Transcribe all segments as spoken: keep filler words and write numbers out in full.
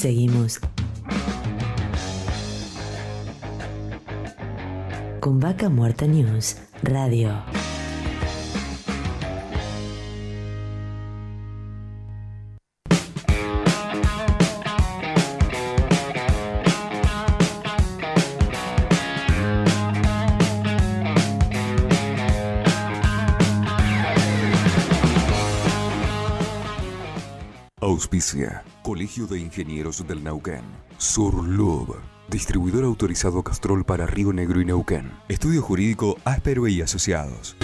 Seguimos con Vaca Muerta News Radio. Auspicia Colegio de Ingenieros del Neuquén. Surlub, distribuidor autorizado Castrol para Río Negro y Neuquén. Estudio Jurídico Áspero y Asociados.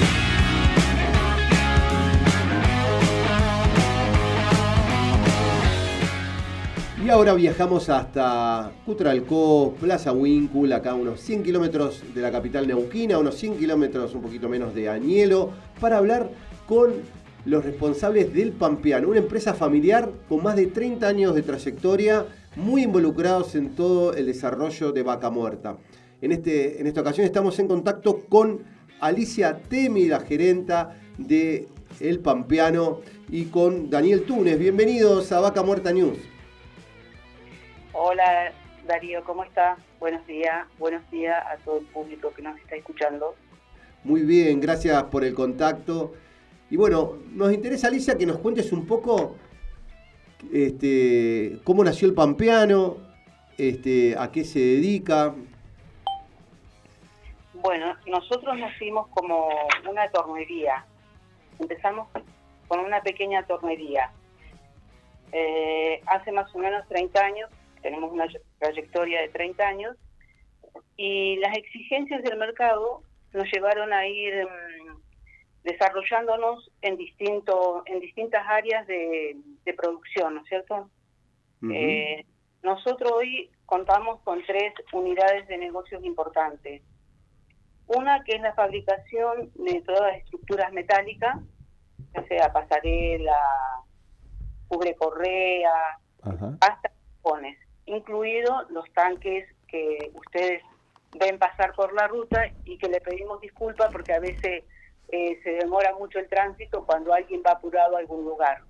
Y ahora viajamos hasta Cutralcó, Plaza Huíncul, acá a unos cien kilómetros de la capital neuquina, unos cien kilómetros un poquito menos de Añelo, para hablar con los responsables del Pampeano, una empresa familiar con más de treinta años de trayectoria, muy involucrados en todo el desarrollo de Vaca Muerta. En, este, en esta ocasión estamos en contacto con Alicia Temi, la gerenta de El Pampeano, y con Daniel Túnez. Bienvenidos a Vaca Muerta News. Hola Darío, ¿cómo estás? Buenos días, buenos días a todo el público que nos está escuchando. Muy bien, gracias por el contacto. Y bueno, nos interesa, Alicia, que nos cuentes un poco este, cómo nació el Pampeano, este, a qué se dedica. Bueno, nosotros nacimos como una tornería. Empezamos con una pequeña tornería. Eh, hace más o menos treinta años, tenemos una trayectoria de treinta años, y las exigencias del mercado nos llevaron a ir um, desarrollándonos en distinto, en distintas áreas de, de producción, ¿no es cierto? Uh-huh. Eh, nosotros hoy contamos con tres unidades de negocios importantes. Una que es la fabricación de todas las estructuras metálicas, ya sea pasarela, cubre correa, uh-huh, hasta tapones, incluidos los tanques que ustedes ven pasar por la ruta y que le pedimos disculpas porque a veces Eh, se demora mucho el tránsito cuando alguien va apurado a algún lugar.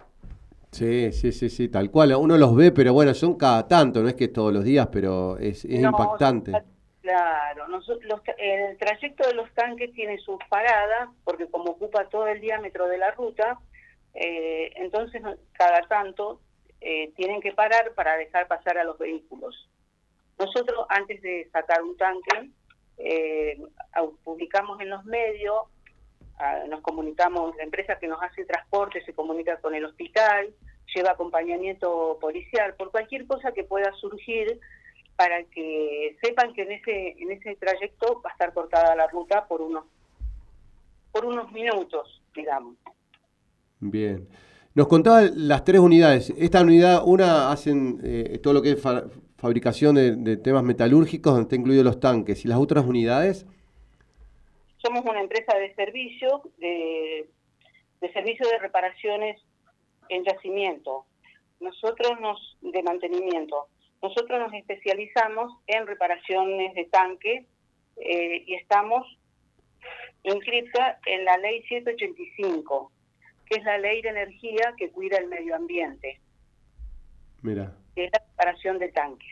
Sí, sí, sí, sí, tal cual. Uno los ve, pero bueno, son cada tanto, no es que todos los días, pero es, es no, impactante. Claro, nosotros, los, el trayecto de los tanques tiene sus paradas, porque como ocupa todo el diámetro de la ruta, eh, entonces cada tanto eh, tienen que parar para dejar pasar a los vehículos. Nosotros, antes de sacar un tanque, eh, publicamos en los medios, nos comunicamos, la empresa que nos hace transporte se comunica con el hospital, lleva acompañamiento policial, por cualquier cosa que pueda surgir, para que sepan que en ese en ese trayecto va a estar cortada la ruta por unos por unos minutos, digamos. Bien. Nos contaba las tres unidades. Esta unidad, una hacen eh, todo lo que es fa- fabricación de, de temas metalúrgicos, donde está incluidos los tanques. ¿Y las otras unidades? Somos una empresa de servicio, de, de servicio de reparaciones en yacimiento. Nosotros nos, de mantenimiento. Nosotros nos especializamos en reparaciones de tanque eh, y estamos inscritas en la ley ciento ochenta y cinco, que es la ley de energía que cuida el medio ambiente. Mira. Que es la reparación de tanques.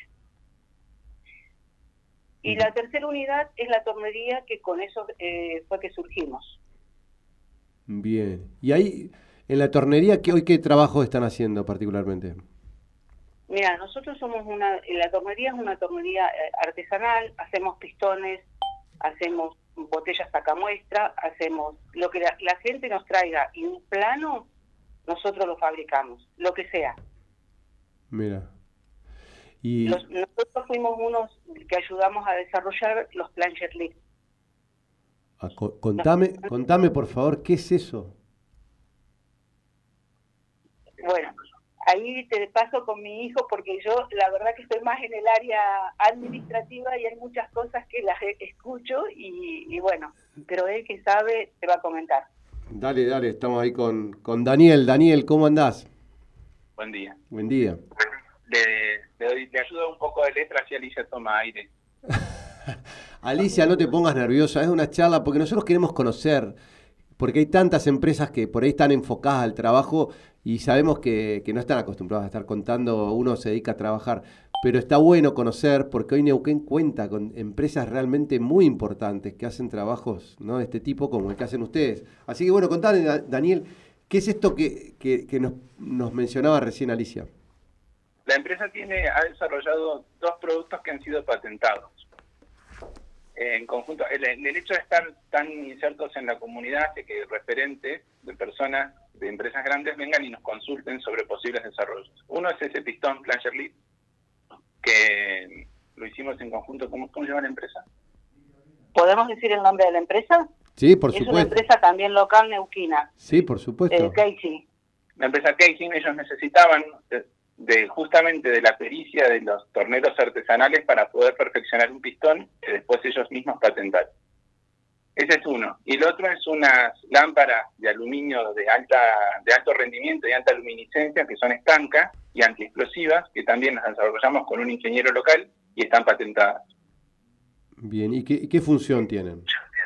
Y la tercera unidad es la tornería, que con eso eh, fue que surgimos. Bien. Y ahí, en la tornería, ¿qué, hoy qué trabajo están haciendo particularmente? Mira, nosotros somos una, la tornería es una tornería artesanal, hacemos pistones, hacemos botellas sacamuestra, hacemos lo que la, la gente nos traiga y un plano, nosotros lo fabricamos, lo que sea. Mira. Y Los, nosotros fuimos unos que ayudamos a desarrollar los Planger Lift. Ah, co- contame, no. contame por favor, ¿qué es eso? Bueno, ahí te paso con mi hijo porque yo la verdad que estoy más en el área administrativa y hay muchas cosas que las escucho y, y bueno, pero él que sabe te va a comentar. Dale, dale, estamos ahí con, con Daniel. Daniel, ¿cómo andás? Buen día. Buen día. Le, le, doy, le ayudo un poco de letra, así Alicia toma aire. Alicia, no te pongas nerviosa, es una charla porque nosotros queremos conocer porque hay tantas empresas que por ahí están enfocadas al trabajo y sabemos que, que no están acostumbrados a estar contando, uno se dedica a trabajar, pero está bueno conocer porque hoy Neuquén cuenta con empresas realmente muy importantes que hacen trabajos, ¿no?, de este tipo como el que hacen ustedes. Así que bueno, contale, Daniel, ¿qué es esto que, que, que nos, nos mencionaba recién Alicia? La empresa tiene, ha desarrollado dos productos que han sido patentados. En conjunto, el, el hecho de estar tan insertos en la comunidad hace que referentes de personas, de empresas grandes, vengan y nos consulten sobre posibles desarrollos. Uno es ese pistón Flanger Lead, que lo hicimos en conjunto. ¿Cómo, cómo se llama la empresa? ¿Podemos decir el nombre de la empresa? Sí, por es supuesto. Es una empresa también local neuquina. Sí, por supuesto. Eh, Casey. La empresa Casey, ellos necesitaban de, de justamente de la pericia de los torneros artesanales para poder perfeccionar un pistón que después ellos mismos patentaron. Ese es uno. Y el otro es unas lámparas de aluminio de alta de alto rendimiento y alta luminiscencia que son estancas y antiexplosivas, que también las desarrollamos con un ingeniero local y están patentadas. Bien, ¿y qué, qué función tienen?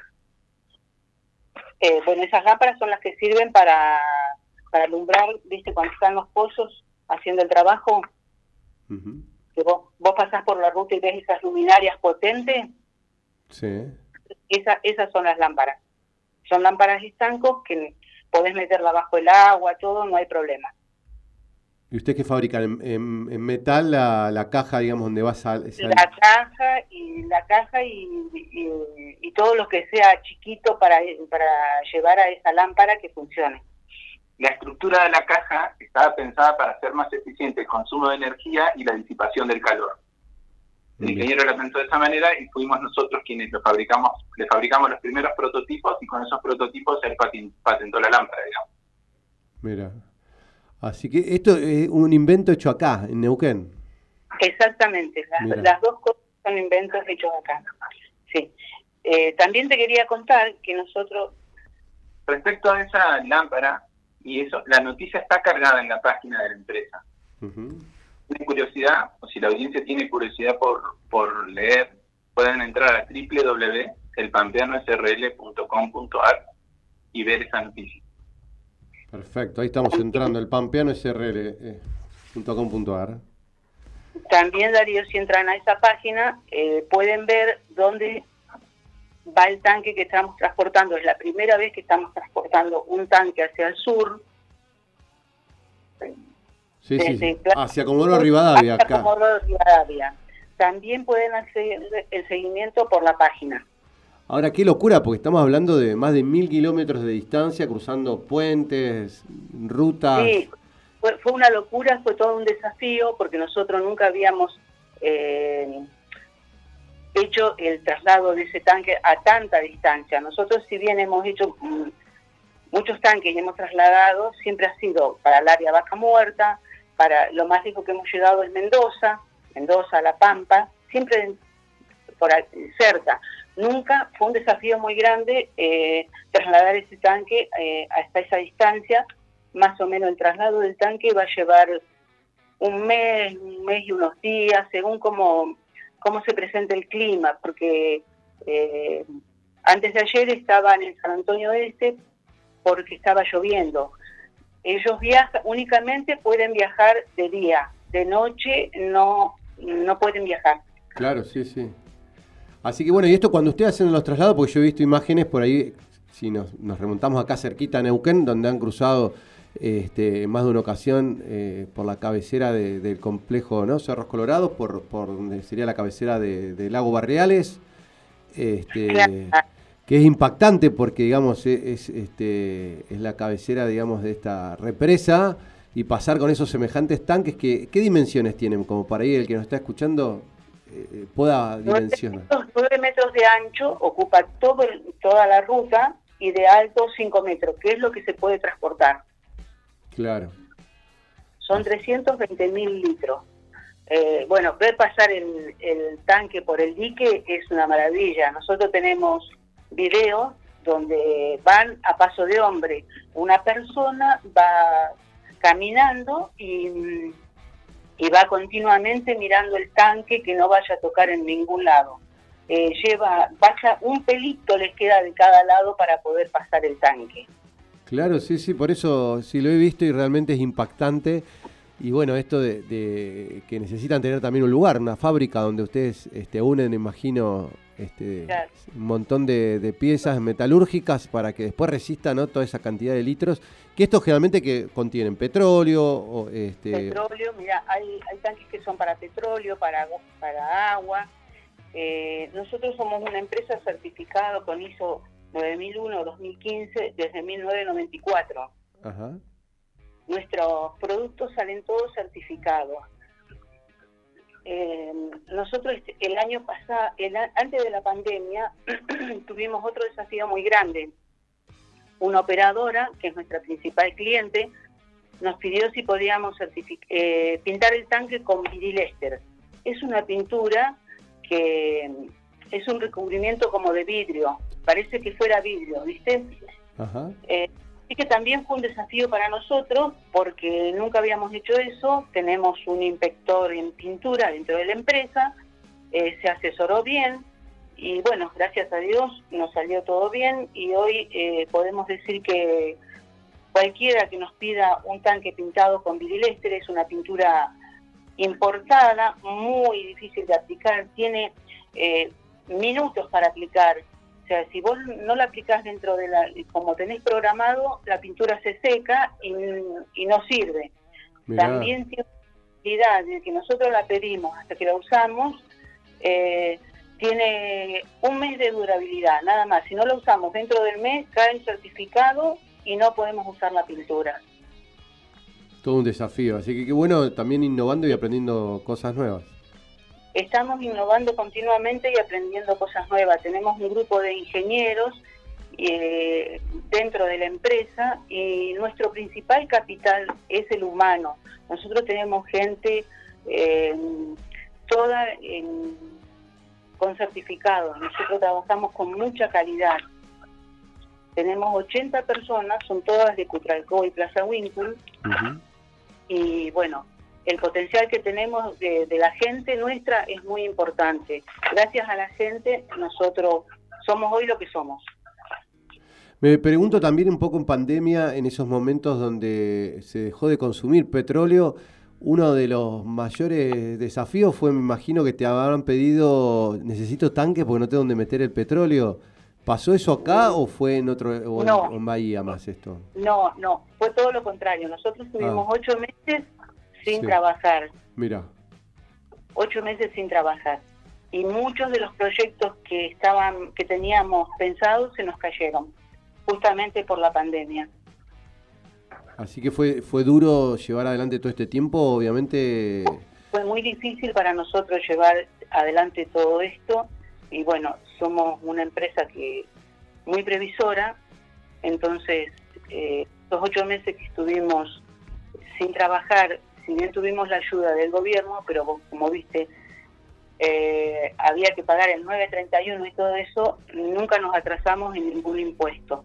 Eh, bueno, esas lámparas son las que sirven para, para alumbrar, ¿viste? Cuando están los pozos haciendo el trabajo, uh-huh. que vos, vos pasás por la ruta y ves esas luminarias potentes. Sí. Esa, esas son las lámparas. Son lámparas estancos que podés meterla bajo el agua, todo, no hay problema. ¿Y usted qué fabrican? ¿En, en, en metal la, la caja, digamos, donde va a salir? La caja y la caja y, y, y todo lo que sea chiquito para, para llevar a esa lámpara que funcione. La estructura de la caja estaba pensada para hacer más eficiente el consumo de energía y la disipación del calor. El ingeniero lo pensó de esa manera y fuimos nosotros quienes lo fabricamos, le fabricamos los primeros prototipos y con esos prototipos él patentó la lámpara, digamos. Mira. Así que esto es un invento hecho acá, en Neuquén. Exactamente, las, las dos cosas son inventos hechos acá. Sí. Eh, también te quería contar que nosotros... Respecto a esa lámpara, y eso, la noticia está cargada en la página de la empresa. Uh-huh. Si tienen curiosidad, o si la audiencia tiene curiosidad por, por leer, pueden entrar a doble u doble u doble u punto el pampeano s r l punto com punto a r y ver esa noticia. Perfecto, ahí estamos entrando, el pampeano s r l punto com punto a r. También, Darío, si entran a esa página, eh, pueden ver dónde va el tanque que estamos transportando. Es la primera vez que estamos transportando un tanque hacia el sur. Sí, sí, sí. Hacia Comodoro Rivadavia. Hacia acá. Comodoro Rivadavia. También pueden hacer el seguimiento por la página. Ahora, qué locura, porque estamos hablando de más de mil kilómetros de distancia, cruzando puentes, rutas. Sí, fue, fue una locura, fue todo un desafío, porque nosotros nunca habíamos eh, hecho el traslado de ese tanque a tanta distancia. Nosotros, si bien hemos hecho mm, muchos tanques y hemos trasladado, siempre ha sido para el área Vaca Muerta, para lo más lejos que hemos llegado es Mendoza, Mendoza, La Pampa, siempre por ahí, cerca. Nunca fue un desafío muy grande eh, trasladar ese tanque eh, hasta esa distancia. Más o menos el traslado del tanque va a llevar un mes, un mes y unos días, según cómo, cómo se presente el clima, porque eh, antes de ayer estaban en San Antonio Este porque estaba lloviendo. Ellos viajan, únicamente pueden viajar de día, de noche no, no pueden viajar. Claro, sí, sí. Así que bueno, y esto cuando ustedes hacen los traslados, porque yo he visto imágenes por ahí, si nos, nos remontamos acá cerquita a Neuquén, donde han cruzado este, más de una ocasión eh, por la cabecera de, del complejo, ¿no? Cerros Colorados, por, por donde sería la cabecera de, de Lago Barriales, este, claro. Que es impactante porque, digamos, es, este, es la cabecera, digamos, de esta represa, y pasar con esos semejantes tanques, que, ¿qué dimensiones tienen? Como para ahí el que nos está escuchando eh, pueda dimensionar. nueve metros de ancho, ocupa todo el, toda la ruta, y de alto cinco metros, que es lo que se puede transportar. Claro. Son trescientos veinte mil litros. Eh, bueno, ver pasar el, el tanque por el dique es una maravilla. Nosotros tenemos videos donde van a paso de hombre. Una persona va caminando y, y va continuamente mirando el tanque, que no vaya a tocar en ningún lado. eh, lleva, pasa un pelito les queda de cada lado para poder pasar el tanque. Claro, sí, sí, por eso sí lo he visto y realmente es impactante. Y bueno, esto de, de que necesitan tener también un lugar, una fábrica donde ustedes este, unen, imagino, este, Claro. un montón de, de piezas metalúrgicas para que después resistan, ¿no?, toda esa cantidad de litros. Que estos generalmente que contienen petróleo o este. Petróleo, mira, hay, hay tanques que son para petróleo, para, para agua. Eh, nosotros somos una empresa certificada con I S O nueve mil uno dos mil quince desde mil novecientos noventa y cuatro. Ajá. Nuestros productos salen todos certificados. Eh, nosotros el año pasado, el, antes de la pandemia, tuvimos otro desafío muy grande. Una operadora, que es nuestra principal cliente, nos pidió si podíamos certific- eh, pintar el tanque con virilester. Es una pintura que es un recubrimiento como de vidrio, parece que fuera vidrio, ¿viste? Ajá. Eh, Así que también fue un desafío para nosotros porque nunca habíamos hecho eso. Tenemos un inspector en pintura dentro de la empresa, eh, se asesoró bien y bueno, gracias a Dios nos salió todo bien y hoy eh, podemos decir que cualquiera que nos pida un tanque pintado con virilester es una pintura importada, muy difícil de aplicar, tiene eh, minutos para aplicar. O sea, si vos no la aplicás dentro de la, como tenés programado, la pintura se seca y, y no sirve. Mirá. También tiene la posibilidad de que nosotros la pedimos hasta que la usamos, eh, tiene un mes de durabilidad, nada más. Si no la usamos dentro del mes, cae el certificado y no podemos usar la pintura. Todo un desafío, así que qué bueno también innovando y aprendiendo cosas nuevas. Estamos innovando continuamente y aprendiendo cosas nuevas. Tenemos un grupo de ingenieros eh, dentro de la empresa y nuestro principal capital es el humano. Nosotros tenemos gente eh, toda en, con certificados. Nosotros trabajamos con mucha calidad. Tenemos ochenta personas, son todas de Cutralcó y Plaza Winkle. Uh-huh. Y bueno, el potencial que tenemos de, de la gente nuestra es muy importante. Gracias a la gente, nosotros somos hoy lo que somos. Me pregunto también un poco en pandemia, en esos momentos donde se dejó de consumir petróleo, uno de los mayores desafíos fue, me imagino, que te habrán pedido, necesito tanques porque no tengo dónde meter el petróleo. ¿Pasó eso acá o fue en otro o no, en, en Bahía más esto? No, no, fue todo lo contrario. Nosotros tuvimos ah. ocho meses sin sí. trabajar. Mira. Ocho meses sin trabajar. Y muchos de los proyectos que estaban, que teníamos pensados se nos cayeron, justamente por la pandemia. Así que fue, fue duro llevar adelante todo este tiempo, obviamente. Fue muy difícil para nosotros llevar adelante todo esto. Y bueno, somos una empresa que muy previsora, entonces eh, los ocho meses que estuvimos sin trabajar, si bien tuvimos la ayuda del gobierno, pero vos, como viste, eh, había que pagar el nueve treinta y uno y todo eso, nunca nos atrasamos en ningún impuesto.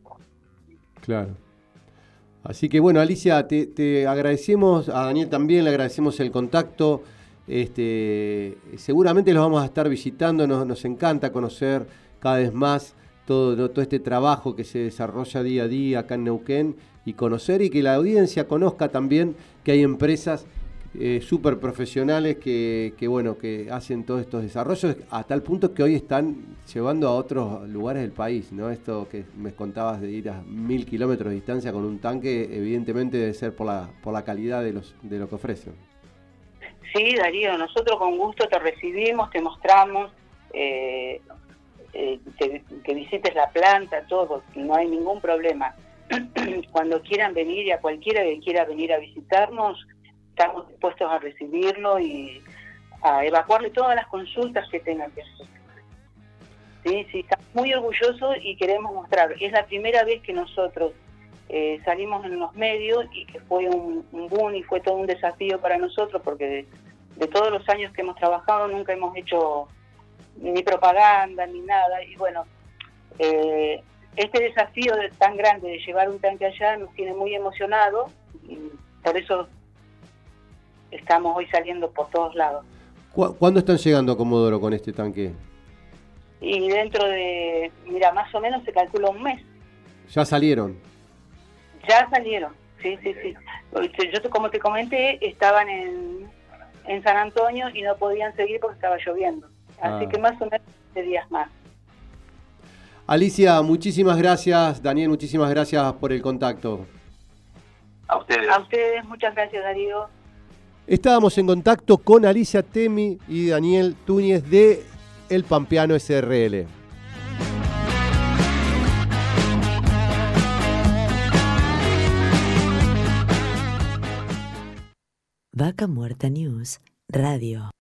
Claro. Así que bueno, Alicia, te, te agradecemos, a Daniel también le agradecemos el contacto. Este, seguramente los vamos a estar visitando, nos, nos encanta conocer cada vez más todo, todo este trabajo que se desarrolla día a día acá en Neuquén y conocer y que la audiencia conozca también que hay empresas eh, súper profesionales que, que, bueno, que hacen todos estos desarrollos a tal punto que hoy están llevando a otros lugares del país, ¿no? Esto que me contabas de ir a mil kilómetros de distancia con un tanque, evidentemente debe ser por la, por la calidad de, los, de lo que ofrecen. Sí, Darío, nosotros con gusto te recibimos, te mostramos, eh, eh, te, que visites la planta, todo, no hay ningún problema. Cuando quieran venir y a cualquiera que quiera venir a visitarnos, estamos dispuestos a recibirlo y a evacuarle todas las consultas que tengan que hacer. Sí, sí, estamos muy orgullosos y queremos mostrar. Es la primera vez que nosotros Eh, salimos en los medios y que fue un, un boom y fue todo un desafío para nosotros porque de, de todos los años que hemos trabajado nunca hemos hecho ni propaganda ni nada y bueno, eh, este desafío de, tan grande de llevar un tanque allá nos tiene muy emocionados y por eso estamos hoy saliendo por todos lados. ¿Cu- ¿Cuándo están llegando a Comodoro con este tanque? y dentro de, mira, más o menos se calcula un mes. Ya salieron. Ya salieron, sí, sí, sí. Yo, como te comenté, estaban en, en San Antonio y no podían seguir porque estaba lloviendo. Así Ah. que más o menos de días más. Alicia, muchísimas gracias. Daniel, muchísimas gracias por el contacto. A ustedes. A ustedes, muchas gracias, Darío. Estábamos en contacto con Alicia Temi y Daniel Túñez de El Pampeano S R L. Vaca Muerta News Radio.